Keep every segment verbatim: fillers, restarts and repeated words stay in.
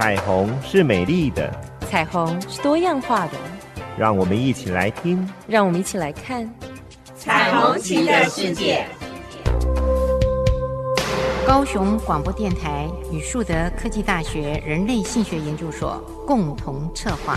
彩虹是美丽的， 彩虹是多样化的， 让我们一起来听， 让我们一起来看彩虹旗的世界。 高雄广播电台与树德科技大学人类性学研究所共同策划。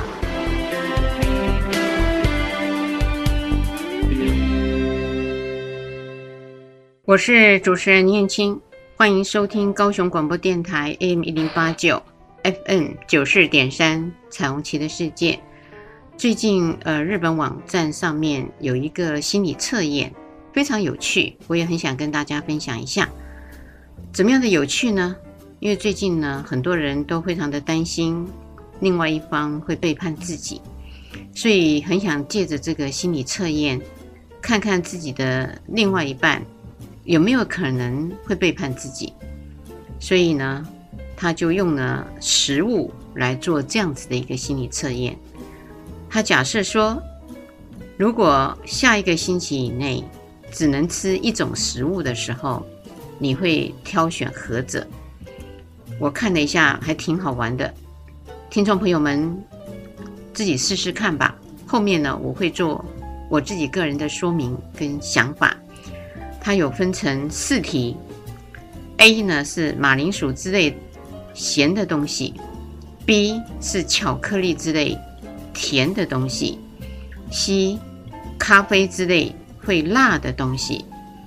我是主持人念青，欢迎收听高雄广播电台 A M 一零八九 F M 九四点三彩虹旗的世界。最近呃，日本网站上面有一个心理测验，非常有趣，我也很想跟大家分享一下。怎么样的有趣呢？因为最近呢，很多人都非常的担心另外一方会背叛自己，所以很想借着这个心理测验，看看自己的另外一半有没有可能会背叛自己。所以呢，他就用了食物来做这样子的一个心理测验。他假设说，如果下一个星期以内只能吃一种食物的时候，你会挑选何者？我看了一下，还挺好玩的。听众朋友们自己试试看吧。后面呢，我会做我自己个人的说明跟想法。它有分成四题。A 呢是马铃薯之类咸的东西， B 是巧克力之类甜的东西， C 咖啡之类会辣的东西，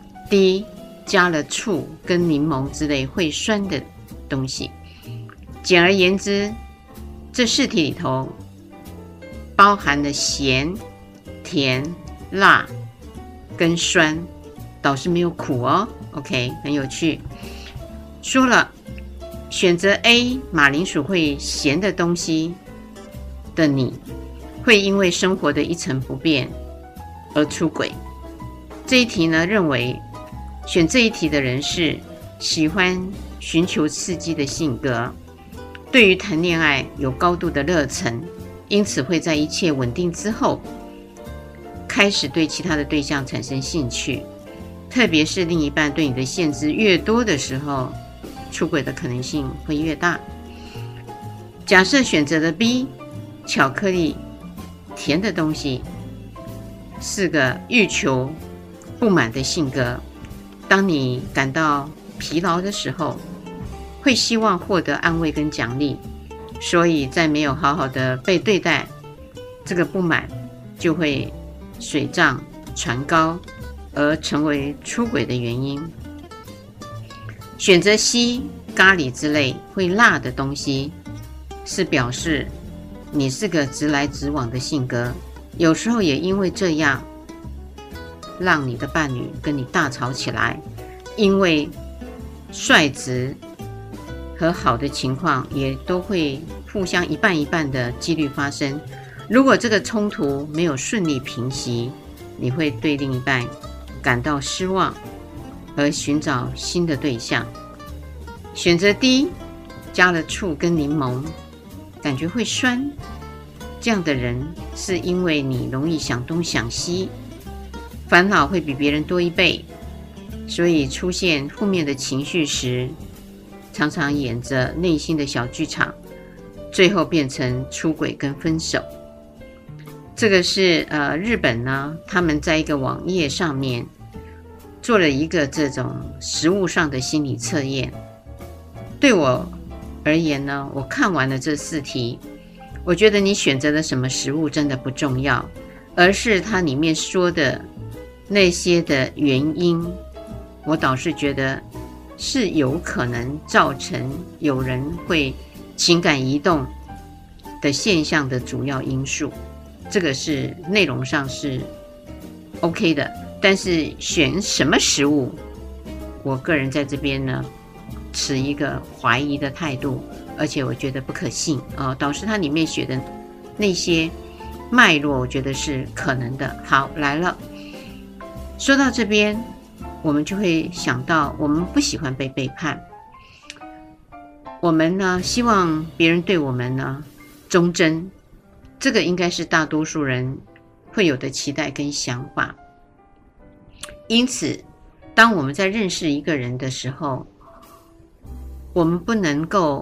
D 加了醋跟柠檬之类会酸的东西。简而言之，这四题里头包含了咸、甜、辣跟酸，倒是没有苦哦。 OK， 很有趣。说了选择 A 马铃薯会咸的东西的你，会因为生活的一成不变而出轨。这一题呢，认为选这一题的人是喜欢寻求刺激的性格，对于谈恋爱有高度的热忱，因此会在一切稳定之后开始对其他的对象产生兴趣，特别是另一半对你的限制越多的时候，出轨的可能性会越大。假设选择的 B 巧克力甜的东西，是个欲求不满的性格，当你感到疲劳的时候，会希望获得安慰跟奖励，所以在没有好好的被对待，这个不满就会水涨船高，而成为出轨的原因。选择 C 咖喱之类会辣的东西，是表示你是个直来直往的性格，有时候也因为这样让你的伴侣跟你大吵起来，因为率直和好的情况也都会互相一半一半的几率发生。如果这个冲突没有顺利平息，你会对另一半感到失望，而寻找新的对象。选择 D 加了醋跟柠檬，感觉会酸，这样的人是因为你容易想东想西，烦恼会比别人多一倍，所以出现负面的情绪时，常常演着内心的小剧场，最后变成出轨跟分手。这个是呃日本呢，他们在一个网页上面做了一个这种食物上的心理测验。对我而言呢，我看完了这四题，我觉得你选择的什么食物真的不重要，而是它里面说的那些的原因，我倒是觉得是有可能造成有人会情感移动的现象的主要因素。这个是内容上是 OK 的，但是选什么食物，我个人在这边呢持一个怀疑的态度，而且我觉得不可信啊、呃。导致它里面写的那些脉络，我觉得是可能的。好，来了，说到这边，我们就会想到，我们不喜欢被背叛，我们呢希望别人对我们呢忠贞，这个应该是大多数人会有的期待跟想法。因此，当我们在认识一个人的时候，我们不能够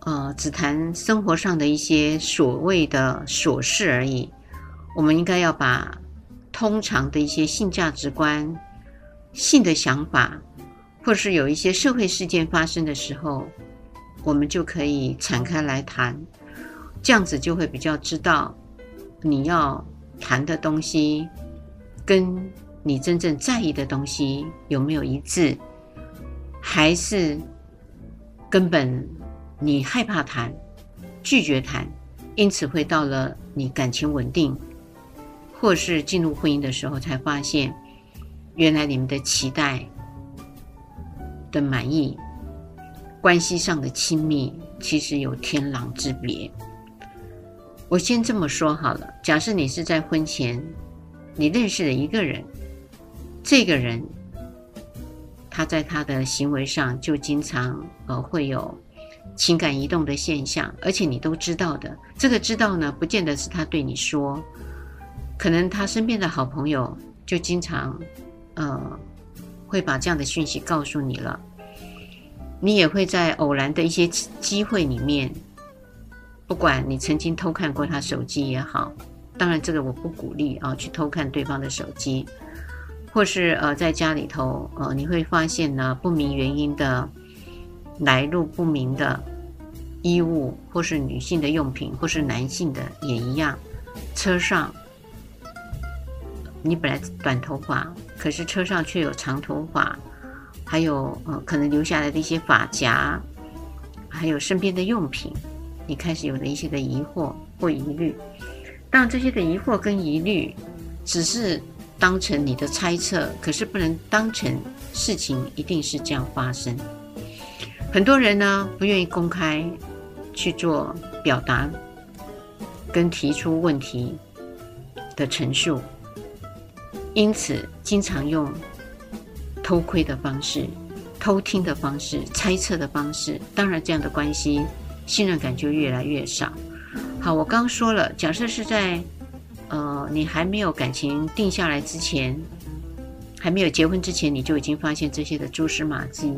呃只谈生活上的一些所谓的琐事而已，我们应该要把通常的一些性价值观、性的想法，或是有一些社会事件发生的时候，我们就可以敞开来谈，这样子就会比较知道你要谈的东西跟你真正在意的东西有没有一致，还是根本你害怕谈，拒绝谈，因此会到了你感情稳定或是进入婚姻的时候才发现，原来你们的期待的满意，关系上的亲密其实有天壤之别。我先这么说好了，假设你是在婚前你认识了一个人，这个人他在他的行为上就经常呃会有情感移动的现象，而且你都知道的。这个知道呢，不见得是他对你说，可能他身边的好朋友就经常呃会把这样的讯息告诉你了。你也会在偶然的一些机会里面，不管你曾经偷看过他手机也好，当然这个我不鼓励啊，去偷看对方的手机，或是呃在家里头呃你会发现呢不明原因的来路不明的衣物，或是女性的用品，或是男性的也一样。车上你本来短头发，可是车上却有长头发，还有呃可能留下来的一些发夹，还有身边的用品，你开始有了一些的疑惑或疑虑。当然这些的疑惑跟疑虑只是当成你的猜测，可是不能当成事情一定是这样发生。很多人呢不愿意公开去做表达跟提出问题的陈述，因此经常用偷窥的方式、偷听的方式、猜测的方式，当然这样的关系信任感就越来越少。好，我刚说了，假设是在呃你还没有感情定下来之前，还没有结婚之前，你就已经发现这些的蛛丝马迹，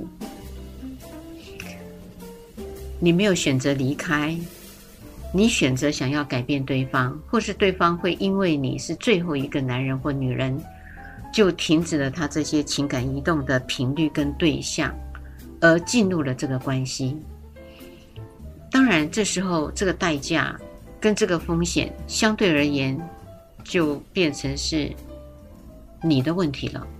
你没有选择离开，你选择想要改变对方，或是对方会因为你是最后一个男人或女人，就停止了他这些情感移动的频率跟对象，而进入了这个关系。当然这时候这个代价跟这个风险相对而言就变成是你的问题了。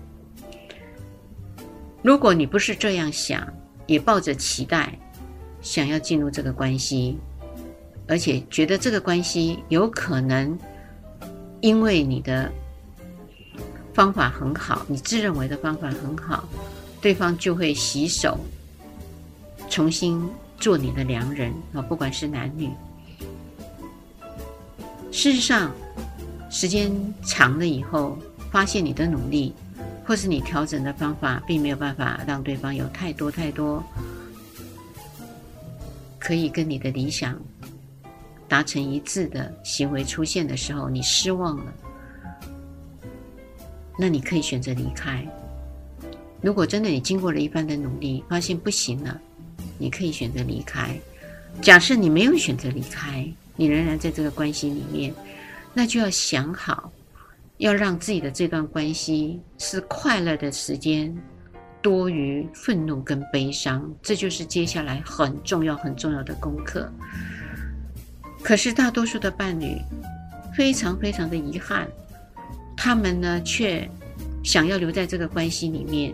如果你不是这样想，也抱着期待想要进入这个关系，而且觉得这个关系有可能因为你的方法很好，你自认为的方法很好，对方就会洗手重新做你的良人，不管是男女。事实上时间长了以后，发现你的努力或是你调整的方法并没有办法让对方有太多太多可以跟你的理想达成一致的行为出现的时候，你失望了，那你可以选择离开。如果真的你经过了一番的努力发现不行了，你可以选择离开。假设你没有选择离开，你仍然在这个关系里面，那就要想好要让自己的这段关系是快乐的时间多于愤怒跟悲伤，这就是接下来很重要很重要的功课。可是大多数的伴侣非常非常的遗憾，他们呢却想要留在这个关系里面，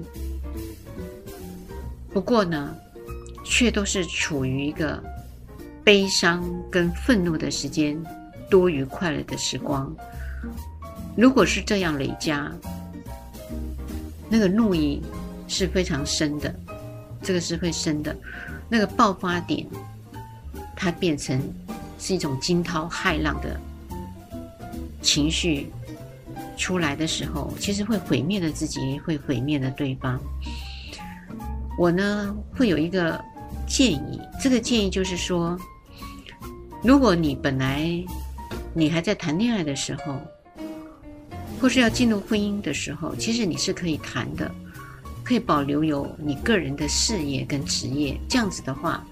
不过呢却都是处于一个悲伤跟愤怒的时间多于快乐的时光。如果是这样累加，那个怒意是非常深的，这个是会深的，那个爆发点它变成是一种惊涛骇浪的情绪出来的时候，其实会毁灭了自己，会毁灭了对方。我呢会有一个建议，这个建议就是说，如果你本来你还在谈恋爱的时候，或是要进入婚姻的时候，其实你是可以谈的，可以保留有你个人的事业跟职业，这样子的话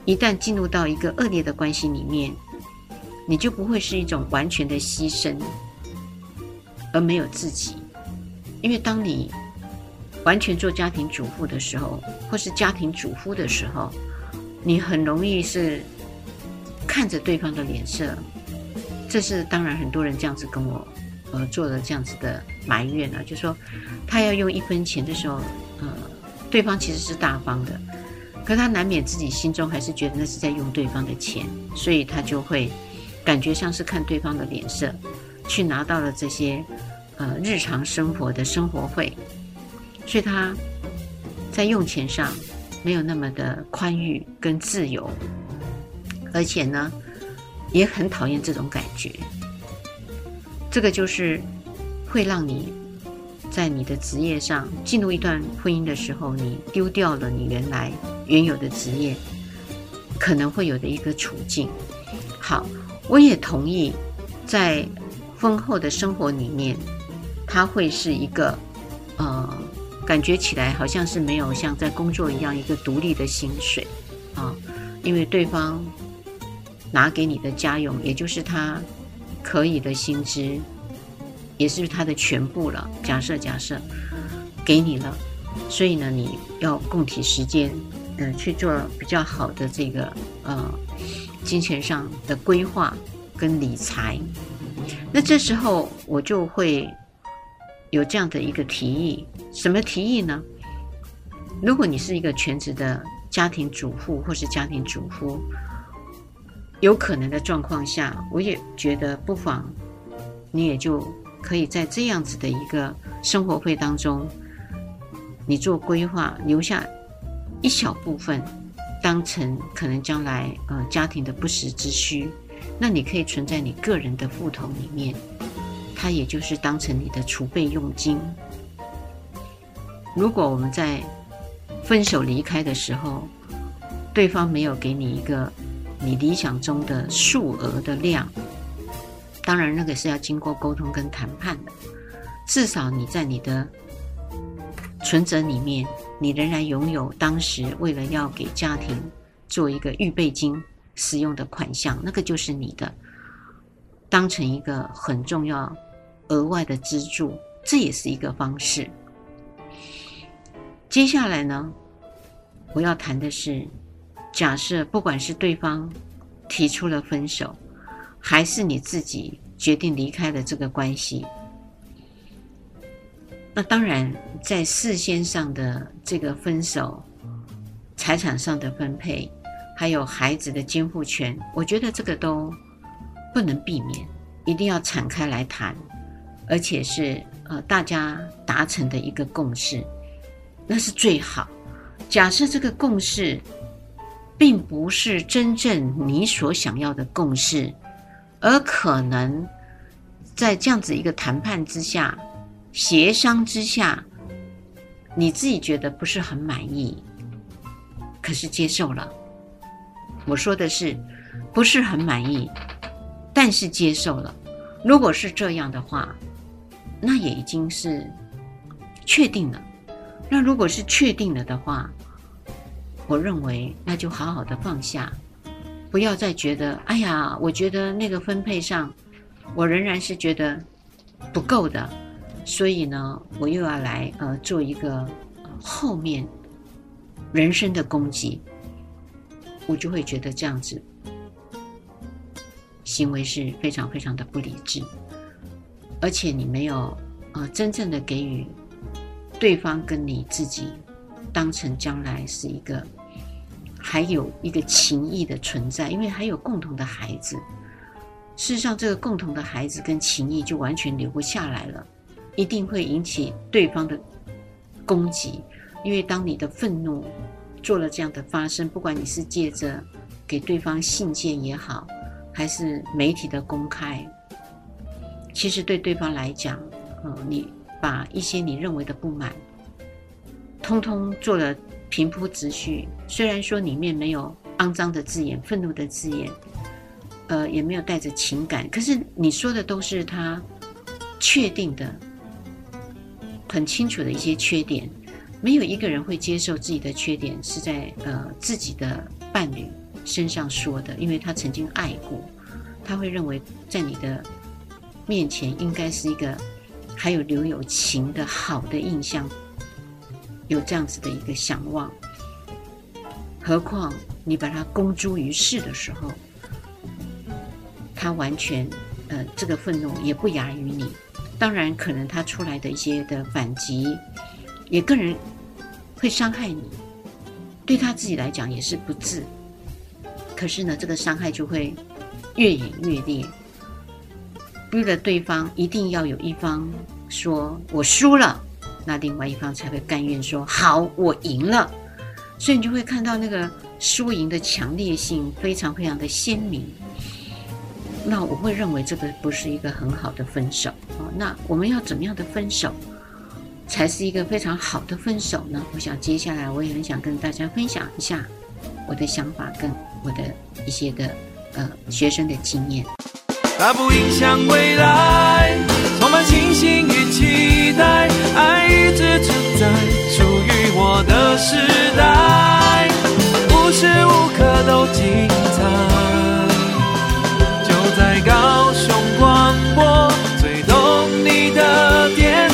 一旦进入到一个恶劣的关系里面，你就不会是一种完全的牺牲，而没有自己。因为当你完全做家庭主妇的时候，或是家庭主夫的时候，你很容易是看着对方的脸色。这是当然很多人这样子跟我呃做了这样子的埋怨啊，就说他要用一分钱的时候，呃，对方其实是大方的，可他难免自己心中还是觉得那是在用对方的钱，所以他就会感觉像是看对方的脸色，去拿到了这些呃日常生活的生活费，所以他在用钱上没有那么的宽裕跟自由，而且呢也很讨厌这种感觉。这个就是会让你在你的职业上进入一段婚姻的时候，你丢掉了你原来原有的职业可能会有的一个处境。好，我也同意在婚后的生活里面，它会是一个呃，感觉起来好像是没有像在工作一样一个独立的薪水啊，因为对方拿给你的家用，也就是他可以的薪资，也是他的全部了。假设假设给你了，所以呢，你要共体时间，呃，去做比较好的这个呃金钱上的规划跟理财。那这时候我就会有这样的一个提议，什么提议呢？如果你是一个全职的家庭主妇或是家庭主夫，有可能的状况下，我也觉得不妨你也就可以在这样子的一个生活费当中，你做规划，留下一小部分当成可能将来呃家庭的不时之需，那你可以存在你个人的户头里面，它也就是当成你的储备用金。如果我们在分手离开的时候，对方没有给你一个你理想中的数额的量，当然那个是要经过沟通跟谈判的，至少你在你的存折里面，你仍然拥有当时为了要给家庭做一个预备金使用的款项，那个就是你的，当成一个很重要额外的支柱，这也是一个方式。接下来呢，我要谈的是，假设不管是对方提出了分手，还是你自己决定离开了这个关系，那当然在事先上的这个分手，财产上的分配，还有孩子的监护权，我觉得这个都不能避免，一定要敞开来谈，而且是呃大家达成的一个共识，那是最好。假设这个共识并不是真正你所想要的共识，而可能在这样子一个谈判之下，协商之下，你自己觉得不是很满意，可是接受了。我说的是不是很满意，但是接受了。如果是这样的话，那也已经是确定了。那如果是确定了的话，我认为那就好好的放下，不要再觉得哎呀，我觉得那个分配上我仍然是觉得不够的，所以呢我又要来呃做一个、呃、后面人生的攻击，我就会觉得这样子行为是非常非常的不理智，而且你没有呃真正的给予对方跟你自己当成将来是一个还有一个情谊的存在，因为还有共同的孩子。事实上这个共同的孩子跟情谊就完全留不下来了，一定会引起对方的攻击。因为当你的愤怒做了这样的发生，不管你是借着给对方信件也好，还是媒体的公开，其实对对方来讲、呃、你把一些你认为的不满通通做了平铺直叙，虽然说里面没有肮脏的字眼、愤怒的字眼，呃，也没有带着情感，可是你说的都是他确定的很清楚的一些缺点。没有一个人会接受自己的缺点是在呃自己的伴侣身上说的，因为他曾经爱过，他会认为在你的面前应该是一个还有留有情的好的印象，有这样子的一个想望。何况你把他公诸于世的时候，他完全呃这个愤怒也不亚于你。当然可能他出来的一些的反击也更人会伤害你，对他自己来讲也是不智，可是呢这个伤害就会越演越烈，逼了对方一定要有一方说我输了，那另外一方才会甘愿说好我赢了。所以你就会看到那个输赢的强烈性非常非常的鲜明。那我会认为这个不是一个很好的分手、哦、那我们要怎么样的分手才是一个非常好的分手呢？我想接下来我也很想跟大家分享一下我的想法跟我的一些的呃学生的经验。 它不影响未来，充满信心与期待，爱一直存在，属于我的时代，无时无刻都精彩。就在高雄广播最懂你的电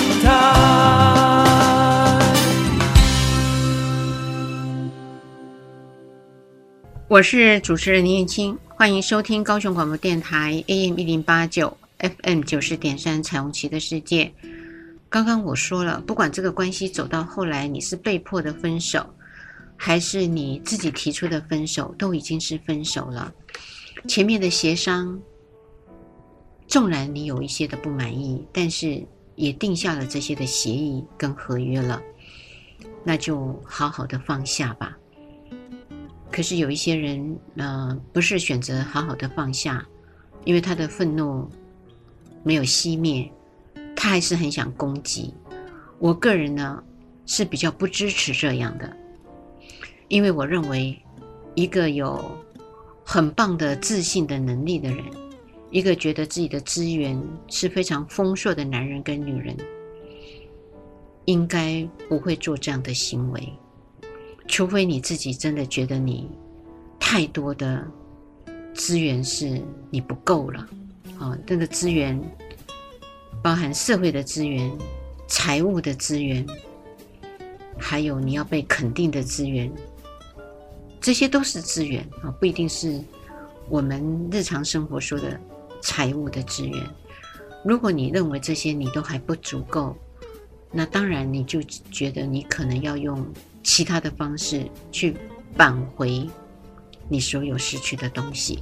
台。 我是主持人林燕青，欢迎收听高雄广播电台 A M 一零八九 F M 九十点三彩虹旗的世界。刚刚我说了，不管这个关系走到后来你是被迫的分手，还是你自己提出的分手，都已经是分手了。前面的协商，纵然你有一些的不满意，但是也定下了这些的协议跟合约了，那就好好的放下吧。可是有一些人呃，不是选择好好的放下，因为他的愤怒没有熄灭，他还是很想攻击。我个人呢是比较不支持这样的，因为我认为一个有很棒的自信的能力的人，一个觉得自己的资源是非常丰硕的男人跟女人，应该不会做这样的行为，除非你自己真的觉得你太多的资源是你不够了、哦、这个资源包含社会的资源、财务的资源，还有你要被肯定的资源，这些都是资源、哦、不一定是我们日常生活说的财务的资源。如果你认为这些你都还不足够，那当然你就觉得你可能要用其他的方式去挽回你所有失去的东西。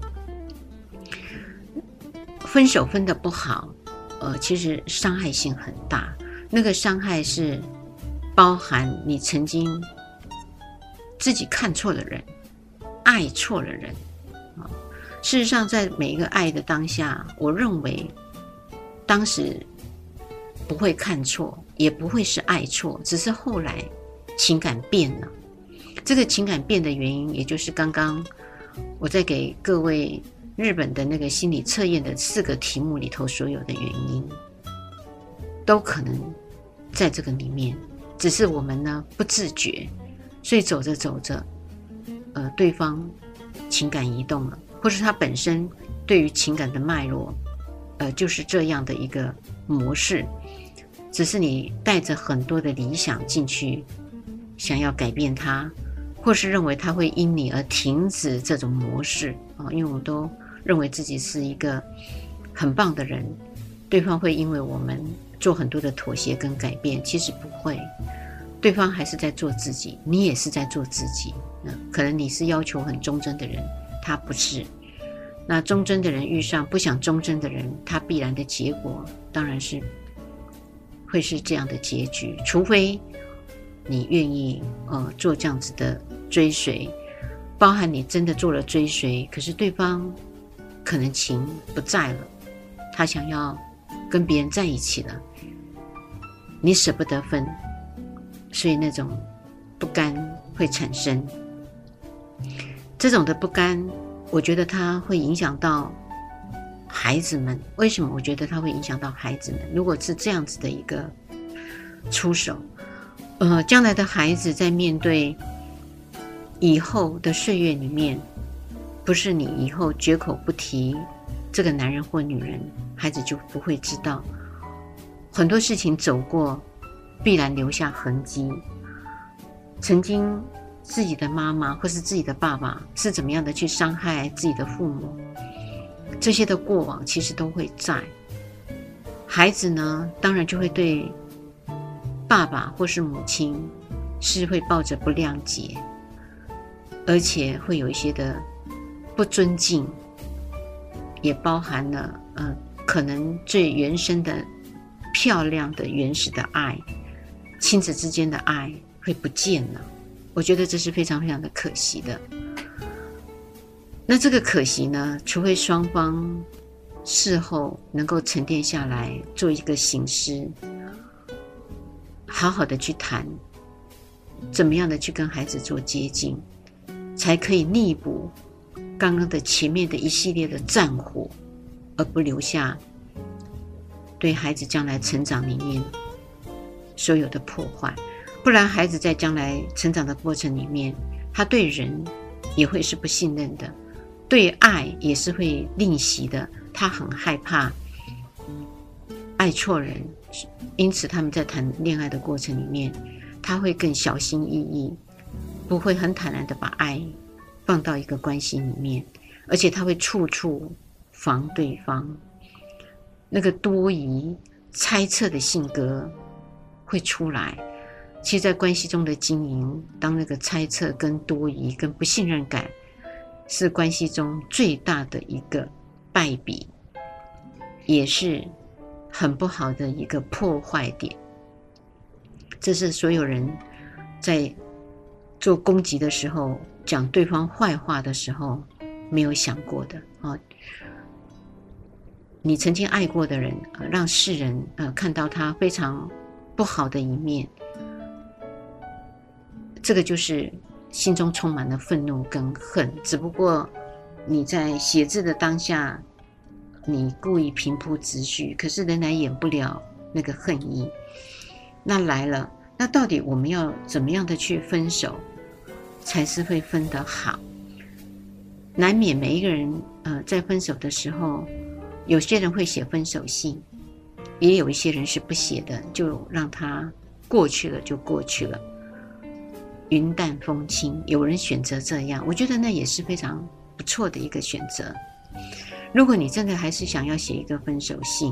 分手分得不好，呃，其实伤害性很大。那个伤害是包含你曾经自己看错了人，爱错了人。啊，事实上，在每一个爱的当下，我认为当时不会看错，也不会是爱错，只是后来情感变了。这个情感变的原因，也就是刚刚我在给各位日本的那个心理测验的四个题目里头所有的原因，都可能在这个里面，只是我们呢不自觉，所以走着走着，呃，对方情感移动了，或是他本身对于情感的脉络，呃，就是这样的一个模式，只是你带着很多的理想进去，想要改变它，或是认为它会因你而停止这种模式啊，因为我们都认为自己是一个很棒的人，对方会因为我们做很多的妥协跟改变，其实不会，对方还是在做自己，你也是在做自己。嗯，可能你是要求很忠贞的人，他不是。那忠贞的人遇上不想忠贞的人，他必然的结果当然是会是这样的结局，除非你愿意呃做这样子的追随，包含你真的做了追随，可是对方可能情不在了，他想要跟别人在一起了，你舍不得分，所以那种不甘会产生。这种的不甘，我觉得它会影响到孩子们。为什么我觉得它会影响到孩子们？如果是这样子的一个出手，呃，将来的孩子在面对以后的岁月里面， 不是你以后绝口不提这个男人或女人，孩子就不会知道。很多事情走过，必然留下痕迹。曾经自己的妈妈或是自己的爸爸是怎么样的去伤害自己的父母，这些的过往其实都会在。孩子呢，当然就会对爸爸或是母亲是会抱着不谅解，而且会有一些的不尊敬，也包含了呃可能最原生的漂亮的原始的爱，亲子之间的爱会不见了。我觉得这是非常非常的可惜的。那这个可惜呢，除非双方事后能够沉淀下来，做一个省思，好好的去谈怎么样的去跟孩子做接近，才可以弥补刚刚的前面的一系列的战火，而不留下对孩子将来成长里面所有的破坏。不然孩子在将来成长的过程里面，他对人也会是不信任的，对爱也是会吝惜的，他很害怕爱错人，因此他们在谈恋爱的过程里面，他会更小心翼翼，不会很坦然的把爱放到一个关系里面，而且他会处处防对方，那个多疑猜测的性格会出来。其实在关系中的经营，当那个猜测跟多疑跟不信任感是关系中最大的一个败笔，也是很不好的一个破坏点。这是所有人在做攻击的时候，讲对方坏话的时候没有想过的、哦、你曾经爱过的人、呃、让世人、呃、看到他非常不好的一面，这个就是心中充满了愤怒跟恨。只不过你在写字的当下，你故意平铺直叙，可是仍然掩不了那个恨意。那来了，那到底我们要怎么样的去分手才是会分得好？难免每一个人呃在分手的时候，有些人会写分手信，也有一些人是不写的，就让它过去了就过去了，云淡风轻。有人选择这样，我觉得那也是非常不错的一个选择。如果你真的还是想要写一个分手信，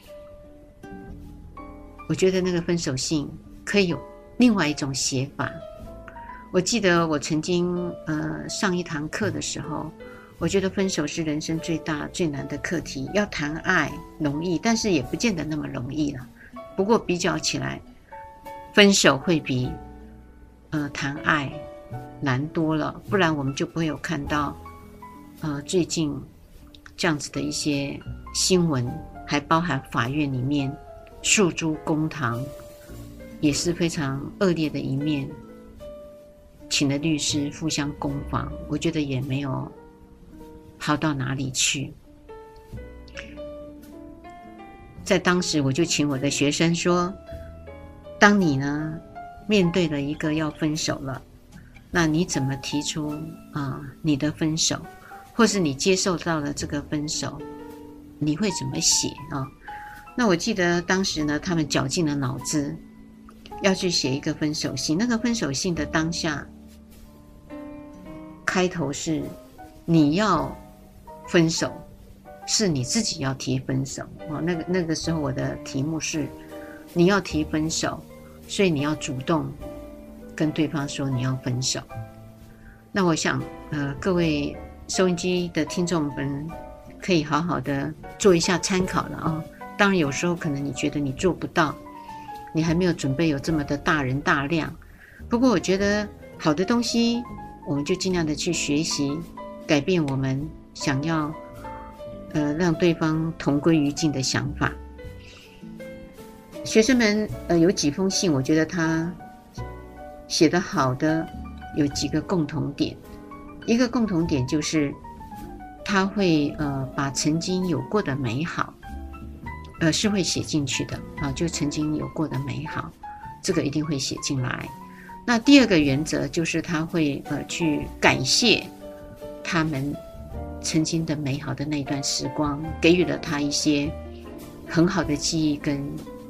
我觉得那个分手信可以有另外一种写法。我记得我曾经呃上一堂课的时候，我觉得分手是人生最大最难的课题。要谈爱容易，但是也不见得那么容易了。不过比较起来，分手会比呃谈爱难多了，不然我们就不会有看到呃最近这样子的一些新闻，还包含法院里面诉诸公堂，也是非常恶劣的一面，请了律师互相攻防，我觉得也没有好到哪里去。在当时我就请我的学生说，当你呢面对了一个要分手了，那你怎么提出啊、呃、你的分手，或是你接受到了这个分手，你会怎么写啊？那我记得当时呢，他们绞尽了脑汁要去写一个分手信。那个分手信的当下，开头是你要分手，是你自己要提分手、哦、那个那个时候我的题目是你要提分手，所以你要主动跟对方说你要分手。那我想呃，各位收音机的听众们可以好好的做一下参考了啊、哦。当然有时候可能你觉得你做不到，你还没有准备有这么的大人大量，不过我觉得好的东西我们就尽量的去学习，改变我们想要呃让对方同归于尽的想法。学生们呃有几封信，我觉得他写得好的有几个共同点。一个共同点就是他会呃把曾经有过的美好呃是会写进去的啊，就曾经有过的美好，这个一定会写进来。那第二个原则就是他会呃去感谢他们曾经的美好的那一段时光，给予了他一些很好的记忆跟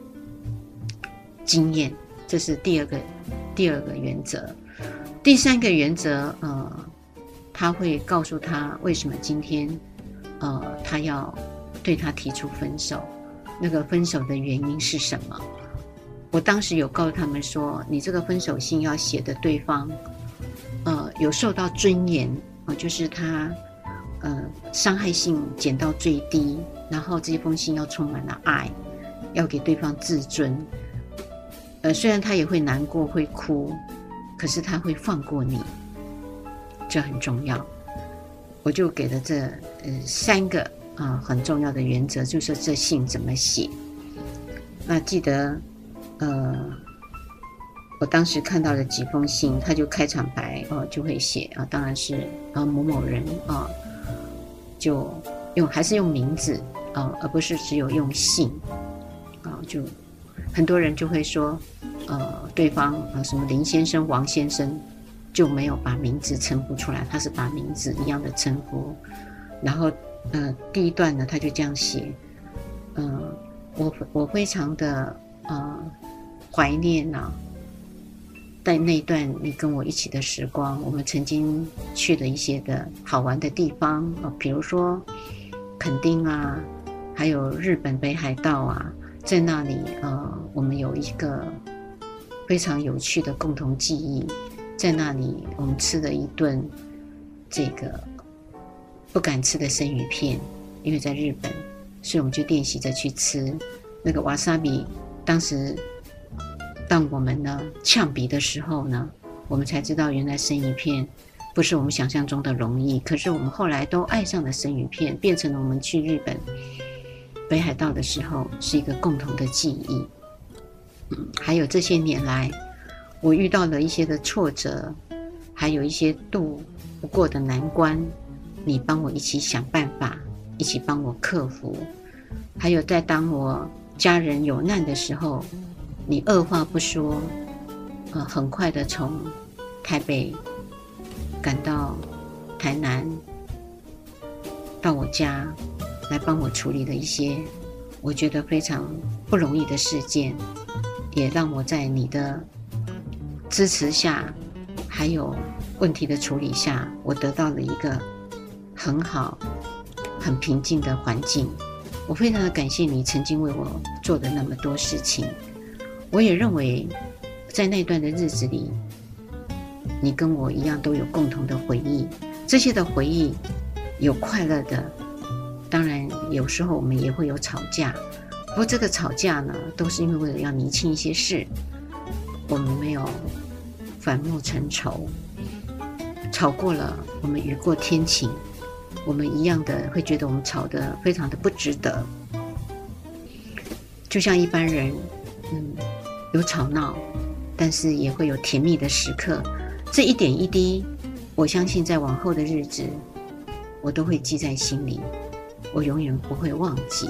经验，这是第二个第二个原则。第三个原则，呃，他会告诉他为什么今天，呃，他要对他提出分手，那个分手的原因是什么？我当时有告诉他们说，你这个分手信要写的对方，呃，有受到尊严，呃，就是他，呃，伤害性减到最低，然后这封信要充满了爱，要给对方自尊。呃，虽然他也会难过会哭，可是他会放过你，这很重要。我就给了这呃三个啊、呃、很重要的原则，就是这信怎么写。那记得呃，我当时看到了几封信，他就开场白哦、呃、就会写啊、呃，当然是啊、呃、某某人啊、呃，就用还是用名字啊、呃，而不是只有用姓啊、呃，就。很多人就会说，呃，对方啊、呃、什么林先生、王先生，就没有把名字称呼出来，他是把名字一样的称呼。然后，呃，第一段呢，他就这样写，呃，我我非常的呃怀念啊，在那段你跟我一起的时光，我们曾经去了一些的好玩的地方啊、呃，比如说垦丁啊，还有日本北海道啊。在那里，呃，我们有一个非常有趣的共同记忆。在那里，我们吃了一顿这个不敢吃的生鱼片，因为在日本，所以我们就练习着去吃那个瓦萨比。当时，当我们呢呛鼻的时候呢，我们才知道原来生鱼片不是我们想象中的容易。可是我们后来都爱上了生鱼片，变成了我们去日本北海道的时候是一个共同的记忆。嗯，还有这些年来我遇到了一些的挫折，还有一些渡不过的难关，你帮我一起想办法，一起帮我克服。还有在当我家人有难的时候，你二话不说，呃，很快的从台北赶到台南，到我家来帮我处理了一些我觉得非常不容易的事件，也让我在你的支持下，还有问题的处理下，我得到了一个很好、很平静的环境。我非常的感谢你曾经为我做的那么多事情。我也认为，在那段的日子里，你跟我一样都有共同的回忆。这些的回忆有快乐的，当然有时候我们也会有吵架。不过这个吵架呢，都是因为为了要厘清一些事，我们没有反目成仇。吵过了，我们雨过天晴，我们一样的会觉得我们吵得非常的不值得。就像一般人，嗯，有吵闹，但是也会有甜蜜的时刻。这一点一滴，我相信在往后的日子，我都会记在心里，我永远不会忘记。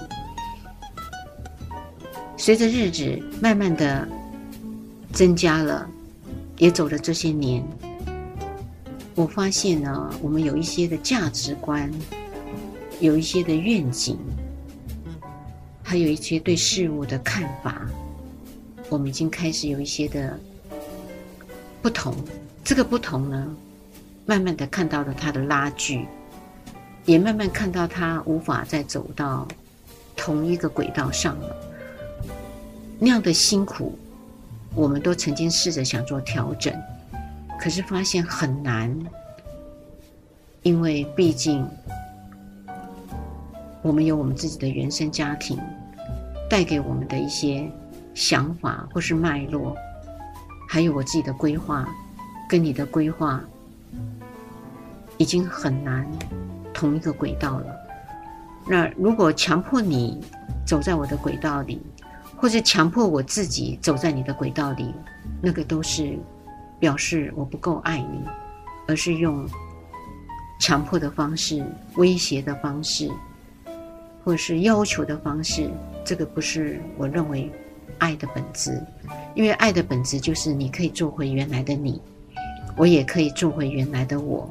随着日子慢慢的增加了，也走了这些年，我发现呢，我们有一些的价值观，有一些的愿景，还有一些对事物的看法，我们已经开始有一些的不同。这个不同呢，慢慢的看到了它的拉锯，也慢慢看到它无法再走到同一个轨道上了。那样的辛苦，我们都曾经试着想做调整，可是发现很难，因为毕竟我们有我们自己的原生家庭带给我们的一些想法或是脉络，还有我自己的规划跟你的规划已经很难同一个轨道了。那如果强迫你走在我的轨道里，或是强迫我自己走在你的轨道里，那个都是表示我不够爱你，而是用强迫的方式、威胁的方式，或是要求的方式，这个不是我认为爱的本质。因为爱的本质就是你可以做回原来的你，我也可以做回原来的我。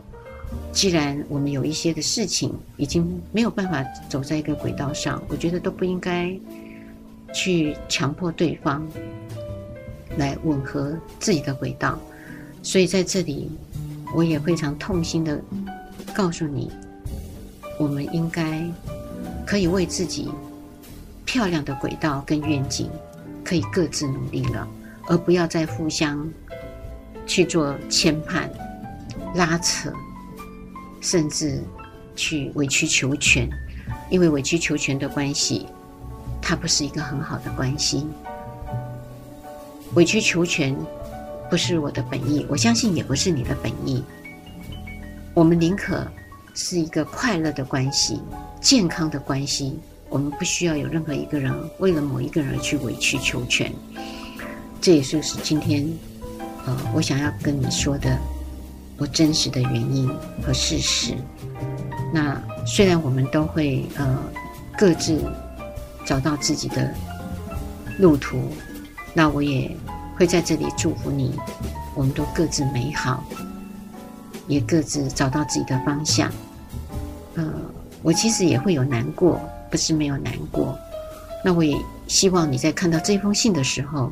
既然我们有一些的事情已经没有办法走在一个轨道上，我觉得都不应该去强迫对方来吻合自己的轨道。所以在这里我也非常痛心的告诉你，我们应该可以为自己漂亮的轨道跟愿景可以各自努力了，而不要再互相去做牵绊、拉扯，甚至去委曲求全。因为委曲求全的关系，它不是一个很好的关系。委曲求全不是我的本意，我相信也不是你的本意。我们宁可是一个快乐的关系、健康的关系，我们不需要有任何一个人为了某一个人而去委曲求全。这也就是今天呃，我想要跟你说的我真实的原因和事实。那虽然我们都会呃各自找到自己的路途，那我也会在这里祝福你，我们都各自美好，也各自找到自己的方向。呃，我其实也会有难过，不是没有难过。那我也希望你在看到这封信的时候，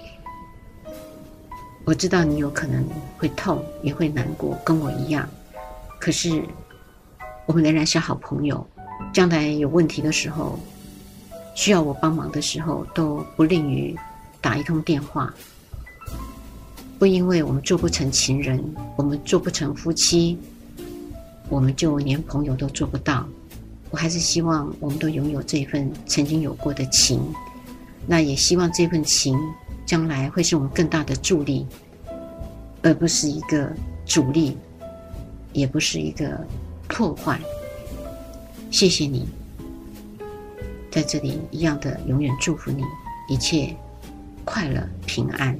我知道你有可能会痛，也会难过，跟我一样。可是我们仍然是好朋友，将来有问题的时候，需要我帮忙的时候，都不吝于打一通电话。不因为我们做不成情人，我们做不成夫妻，我们就连朋友都做不到。我还是希望我们都拥有这份曾经有过的情，那也希望这份情将来会是我们更大的助力，而不是一个阻力，也不是一个破坏。谢谢你，在这里一样的永远祝福你一切快乐平安。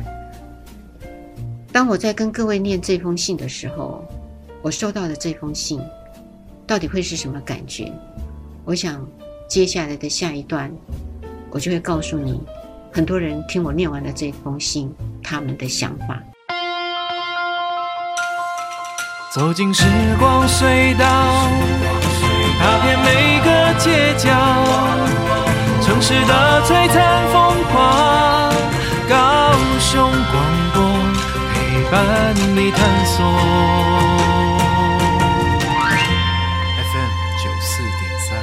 当我在跟各位念这封信的时候，我收到的这封信到底会是什么感觉？我想接下来的下一段我就会告诉你，很多人听我念完了这封信他们的想法。 走进时光隧道，踏遍每个街角，城市的璀璨风华，高雄广播陪伴你探索 F M 九四点三。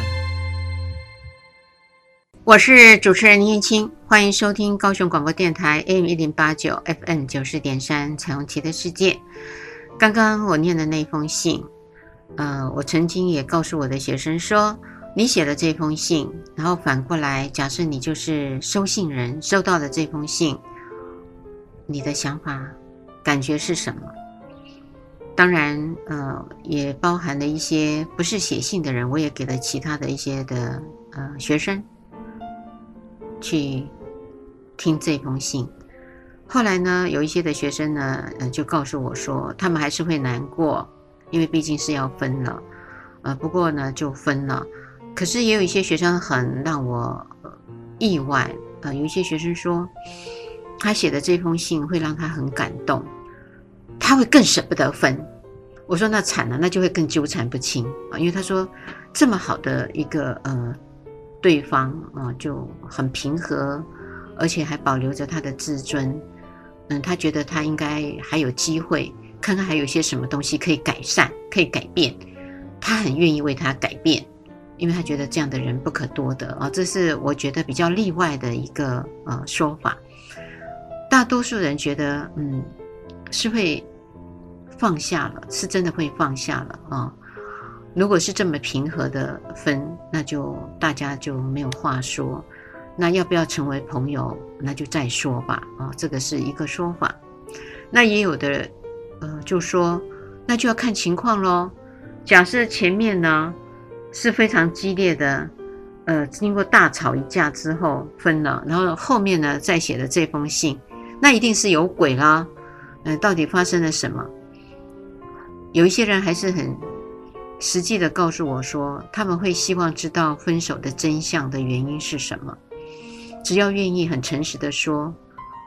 我是主持人林燕青，欢迎收听高雄广播电台 A M 一零八九 F M 九四点三彩虹旗的世界。刚刚我念的那封信，呃，我曾经也告诉我的学生说，你写了这封信，然后反过来，假设你就是收信人，收到了这封信，你的想法、感觉是什么？当然，呃，也包含了一些不是写信的人，我也给了其他的一些的呃学生去听这封信。后来呢，有一些的学生呢，呃，就告诉我说，他们还是会难过，因为毕竟是要分了，呃，不过呢，就分了。可是也有一些学生很让我、呃、意外，呃，有一些学生说，他写的这封信会让他很感动，他会更舍不得分。我说那惨了，那就会更纠缠不清啊，因为他说这么好的一个呃对方啊、呃，就很平和，而且还保留着他的自尊。嗯，他觉得他应该还有机会，看看还有些什么东西可以改善，可以改变。他很愿意为他改变，因为他觉得这样的人不可多得啊，这是我觉得比较例外的一个呃说法。大多数人觉得，嗯，是会放下了，是真的会放下了啊。如果是这么平和的分，那就大家就没有话说。那要不要成为朋友，那就再说吧啊，这个是一个说法。那也有的呃就说，那就要看情况咯。假设前面呢是非常激烈的，呃，经过大吵一架之后分了，然后后面呢再写的这封信，那一定是有鬼啦。呃，到底发生了什么？有一些人还是很实际的告诉我说，他们会希望知道分手的真相的原因是什么。只要愿意很诚实的说，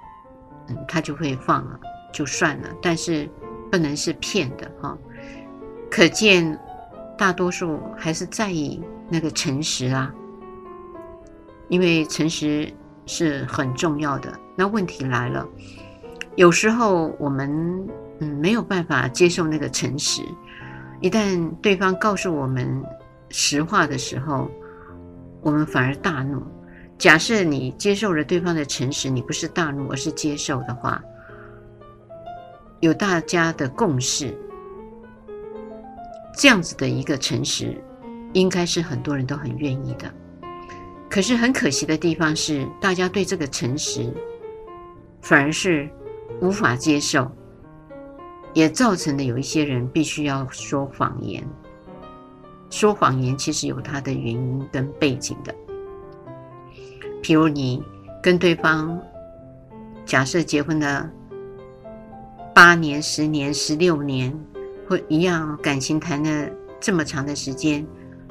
嗯，他就会放了，就算了，但是不能是骗的哈、哦。 可见大多数还是在意那个诚实啊，因为诚实是很重要的。那问题来了，有时候我们嗯没有办法接受那个诚实，一旦对方告诉我们实话的时候，我们反而大怒。假设你接受了对方的诚实，你不是大怒而是接受的话，有大家的共识，这样子的一个诚实应该是很多人都很愿意的。可是很可惜的地方是，大家对这个诚实反而是无法接受，也造成了有一些人必须要说谎言。说谎言其实有它的原因跟背景的。譬如你跟对方假设结婚了八年、十年、十六年，或一样感情谈了这么长的时间，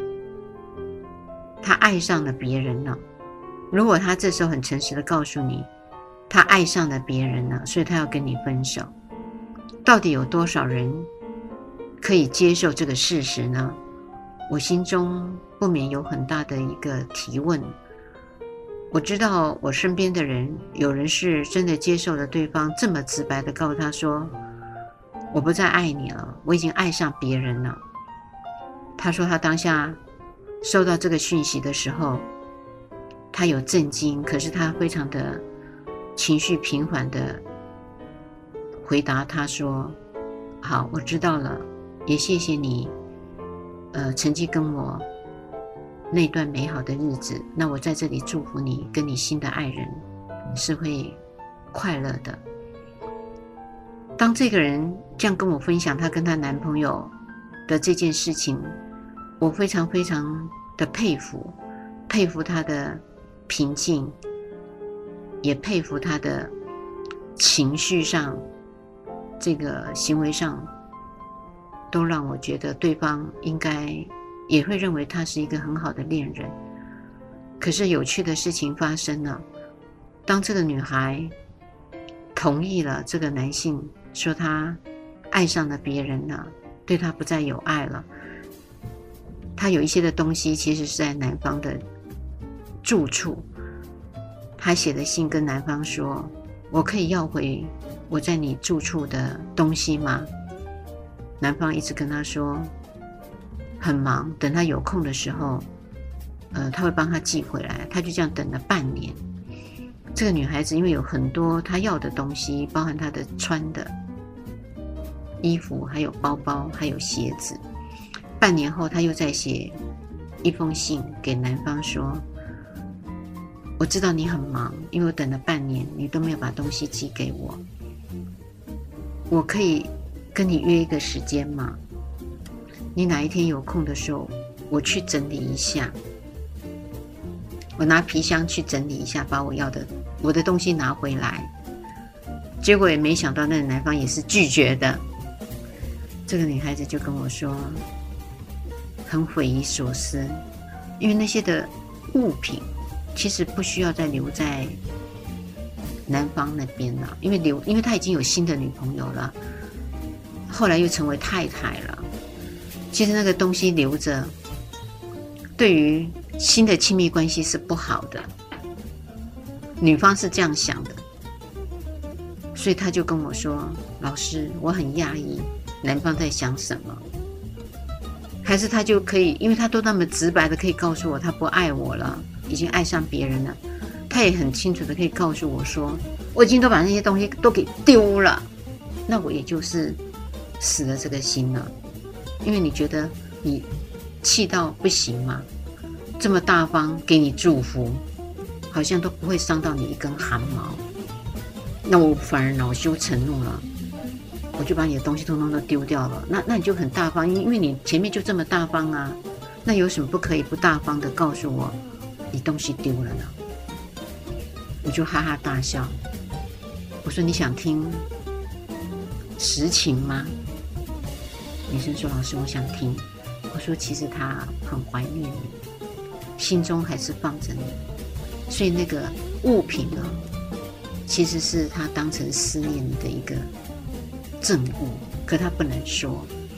他爱上了别人了。如果他这时候很诚实的告诉你，他爱上了别人了，所以他要跟你分手，到底有多少人可以接受这个事实呢？我心中不免有很大的一个提问。我知道我身边的人，有人是真的接受了对方这么直白的告诉他说，我不再爱你了，我已经爱上别人了。他说他当下收到这个讯息的时候，他有震惊，可是他非常的情绪平缓的回答他说，好，我知道了，也谢谢你呃，曾经跟我那段美好的日子，那我在这里祝福你跟你新的爱人是会快乐的。当这个人这样跟我分享她跟她男朋友的这件事情，我非常非常的佩服，佩服她的平静，也佩服她的情绪上，这个行为上，都让我觉得对方应该也会认为他是一个很好的恋人。可是有趣的事情发生了，当这个女孩同意了这个男性说他爱上了别人了，对他不再有爱了，他有一些的东西其实是在男方的住处，他写的信跟男方说，我可以要回我在你住处的东西吗？男方一直跟他说很忙，等他有空的时候呃，他会帮他寄回来。他就这样等了半年。这个女孩子因为有很多她要的东西，包含她的穿的衣服，还有包包，还有鞋子。半年后她又再写一封信给男方说，我知道你很忙，因为我等了半年你都没有把东西寄给我，我可以跟你约一个时间吗？你哪一天有空的时候，我去整理一下，我拿皮箱去整理一下，把我要的我的东西拿回来。结果也没想到那个男方也是拒绝的。这个女孩子就跟我说很匪夷所思，因为那些的物品其实不需要再留在男方那边了，因为留因为他已经有新的女朋友了，后来又成为太太了。其实那个东西留着，对于新的亲密关系是不好的。女方是这样想的，所以他就跟我说，老师，我很讶异男方在想什么。还是他就可以，因为他都那么直白的可以告诉我他不爱我了，已经爱上别人了，他也很清楚的可以告诉我说，我已经都把那些东西都给丢了，那我也就是死了这个心了。因为你觉得你气到不行嘛，这么大方给你祝福，好像都不会伤到你一根汗毛，那我反而恼羞成怒了，我就把你的东西通通都丢掉了。那那你就很大方，因为你前面就这么大方啊，那有什么不可以不大方的告诉我你东西丢了呢？我就哈哈大笑，我说你想听实情吗？女生说，老师，我想听。我说其实她很怀念你，心中还是放着你，所以那个物品呢，其实是她当成思念你的一个证物，可她不能说。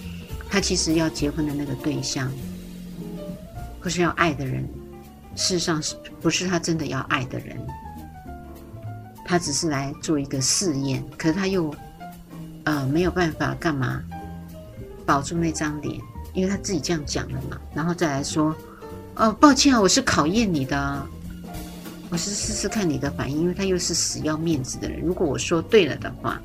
他其实要结婚的那个对象，或是要爱的人，事实上不是他真的要爱的人，他只是来做一个试验，可是他又呃没有办法干嘛保住那张脸，因为他自己这样讲了嘛，然后再来说，哦，抱歉啊，我是考验你的啊，我是试试看你的反应，因为他又是死要面子的人，如果我说对了的话，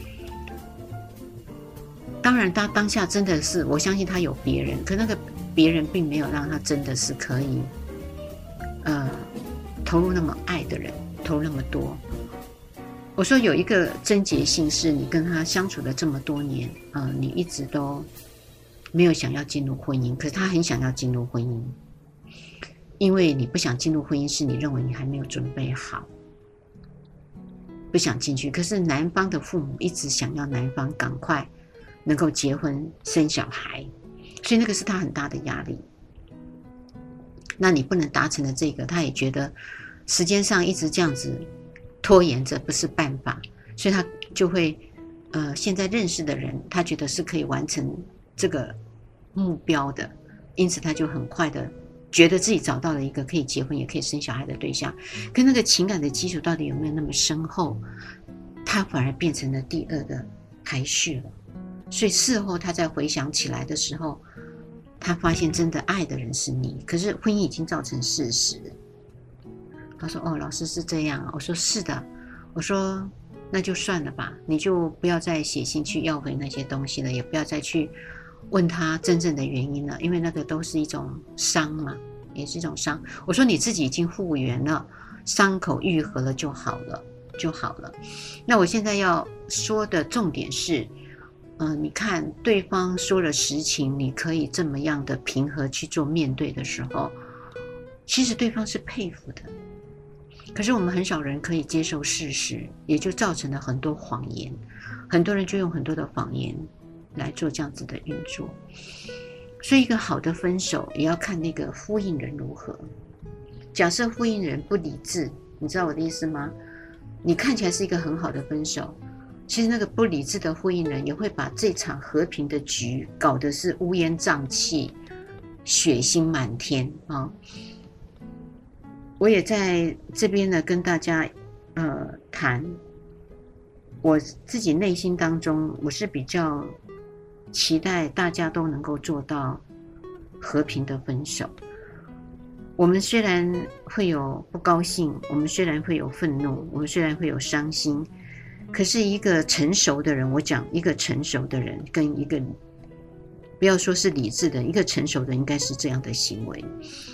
当然他当下真的是，我相信他有别人，可那个别人并没有让他真的是可以呃投入那么爱的人，投入那么多。我说有一个症结性是你跟他相处了这么多年，呃，你一直都没有想要进入婚姻，可是他很想要进入婚姻，因为你不想进入婚姻是你认为你还没有准备好，不想进去，可是男方的父母一直想要男方赶快能够结婚生小孩，所以那个是他很大的压力。那你不能达成的这个，他也觉得时间上一直这样子拖延着不是办法，所以他就会呃，现在认识的人他觉得是可以完成这个目标的，因此他就很快的觉得自己找到了一个可以结婚也可以生小孩的对象，跟那个情感的基础到底有没有那么深厚，他反而变成了第二的排序了。所以事后他再回想起来的时候，他发现真的爱的人是你，可是婚姻已经造成事实。他说，哦，老师是这样啊。我说是的。我说那就算了吧，你就不要再写信去要回那些东西了，也不要再去问他真正的原因了，因为那个都是一种伤嘛，也是一种伤。我说你自己已经复原了，伤口愈合了就好了就好了。那我现在要说的重点是呃，你看对方说了实情，你可以这么样的平和去做面对的时候，其实对方是佩服的。可是我们很少人可以接受事实，也就造成了很多谎言，很多人就用很多的谎言来做这样子的运作。所以一个好的分手也要看那个呼应人如何。假设呼应人不理智，你知道我的意思吗？你看起来是一个很好的分手，其实那个不理智的呼应人也会把这场和平的局搞得是乌烟瘴气、血腥满天啊！我也在这边呢跟大家呃谈，我自己内心当中我是比较期待大家都能够做到和平的分手。我们虽然会有不高兴，我们虽然会有愤怒，我们虽然会有伤心，可是一个成熟的人，我讲一个成熟的人跟一个不要说是理智的，一个成熟的应该是这样的行为。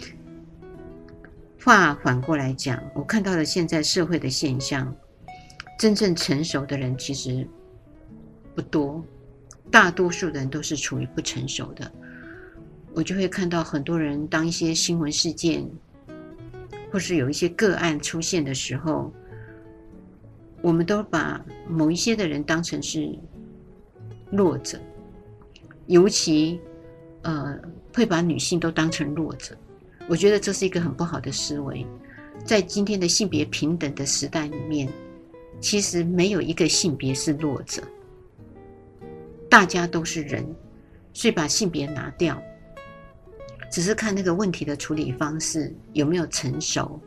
话反过来讲，我看到了现在社会的现象，真正成熟的人其实不多，大多数人都是处于不成熟的。我就会看到很多人，当一些新闻事件或是有一些个案出现的时候，我们都把某一些的人当成是弱者，尤其呃会把女性都当成弱者。我觉得这是一个很不好的思维。在今天的性别平等的时代里面，其实没有一个性别是弱者，大家都是人，所以把性别拿掉，只是看那个问题的处理方式有没有成熟。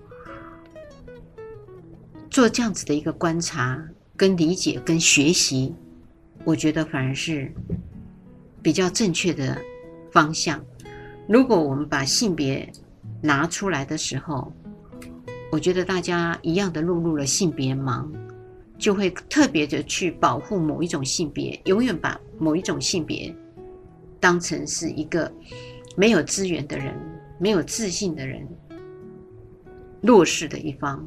做这样子的一个观察、跟理解、跟学习，我觉得反而是比较正确的方向。如果我们把性别拿出来的时候，我觉得大家一样的落入了性别盲，就会特别的去保护某一种性别，永远把某一种性别当成是一个没有资源的人、没有自信的人、弱势的一方。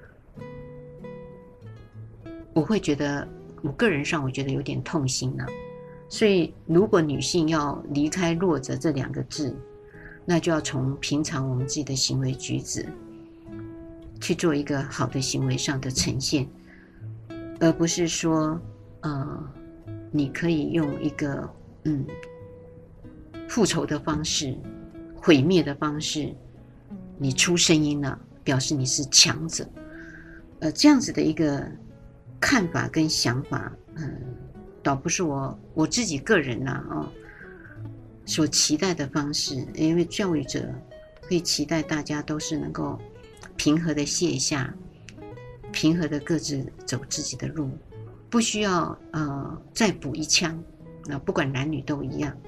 我会觉得，我个人上我觉得有点痛心了。所以如果女性要离开弱者这两个字，那就要从平常我们自己的行为举止去做一个好的行为上的呈现，而不是说呃，你可以用一个嗯复仇的方式、毁灭的方式，你出声音了，表示你是强者。呃，这样子的一个看法跟想法，嗯、呃，倒不是我我自己个人啦、啊、哦， 所期待的方式，因为教育者会期待大家都是能够平和的卸下，平和的各自走自己的路，不需要呃再补一枪，那不管男女都一样。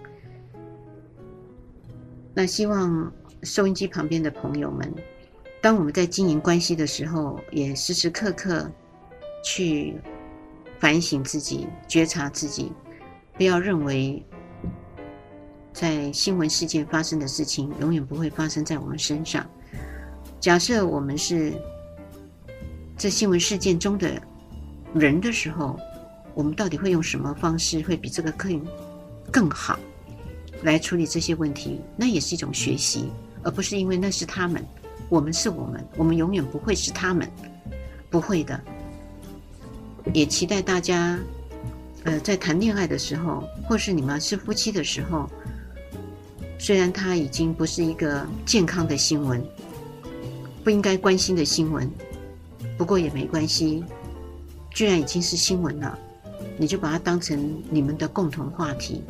那希望收音机旁边的朋友们，当我们在经营关系的时候，也时时刻刻去反省自己，觉察自己，不要认为在新闻事件发生的事情永远不会发生在我们身上。假设我们是在新闻事件中的人的时候，我们到底会用什么方式会比这个更更好来处理这些问题？那也是一种学习，而不是因为那是他们，我们是我们，我们永远不会是他们，不会的。也期待大家呃，在谈恋爱的时候，或是你们是夫妻的时候，虽然它已经不是一个健康的新闻，不应该关心的新闻，不过也没关系，居然已经是新闻了，你就把它当成你们的共同话题。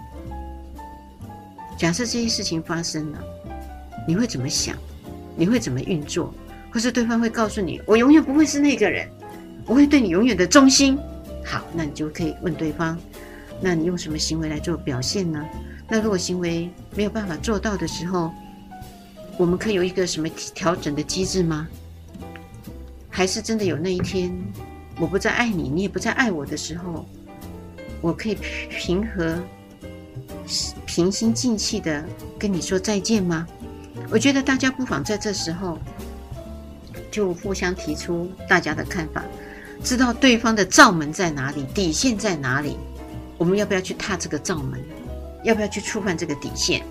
假设这些事情发生了，你会怎么想？你会怎么运作？或是对方会告诉你，我永远不会是那个人，我会对你永远的忠心。好，那你就可以问对方，那你用什么行为来做表现呢？那如果行为没有办法做到的时候，我们可以有一个什么调整的机制吗？还是真的有那一天我不再爱你，你也不再爱我的时候，我可以平和平心静气的跟你说再见吗？我觉得大家不妨在这时候就互相提出大家的看法，知道对方的罩门在哪里，底线在哪里，我们要不要去踏这个罩门，要不要去触犯这个底线，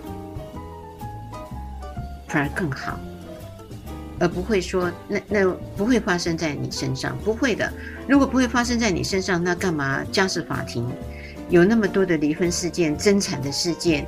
反而更好，而不会说那那不会发生在你身上，不会的。如果不会发生在你身上，那干嘛家事法庭有那么多的离婚事件、争产的事件，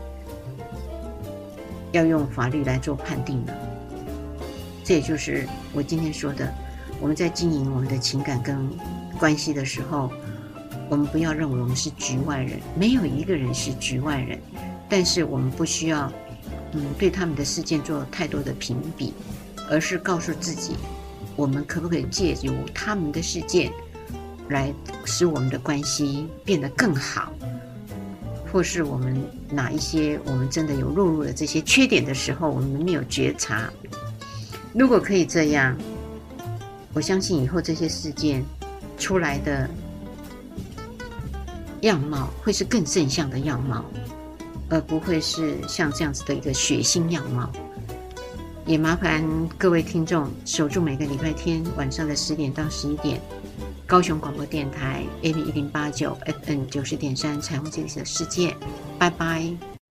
要用法律来做判定呢？这也就是我今天说的，我们在经营我们的情感跟关系的时候，我们不要认为我们是局外人，没有一个人是局外人，但是我们不需要嗯对他们的事件做太多的评比，而是告诉自己，我们可不可以借由他们的事件来使我们的关系变得更好，或是我们哪一些我们真的有落入了这些缺点的时候，我们没有觉察。如果可以这样，我相信以后这些事件出来的样貌会是更正向的样貌，而不会是像这样子的一个血腥样貌。也麻烦各位听众守住每个礼拜天晚上的十点到十一点，高雄广播电台 A M 一零八九 F M 九十点三彩虹这里的世界，拜拜。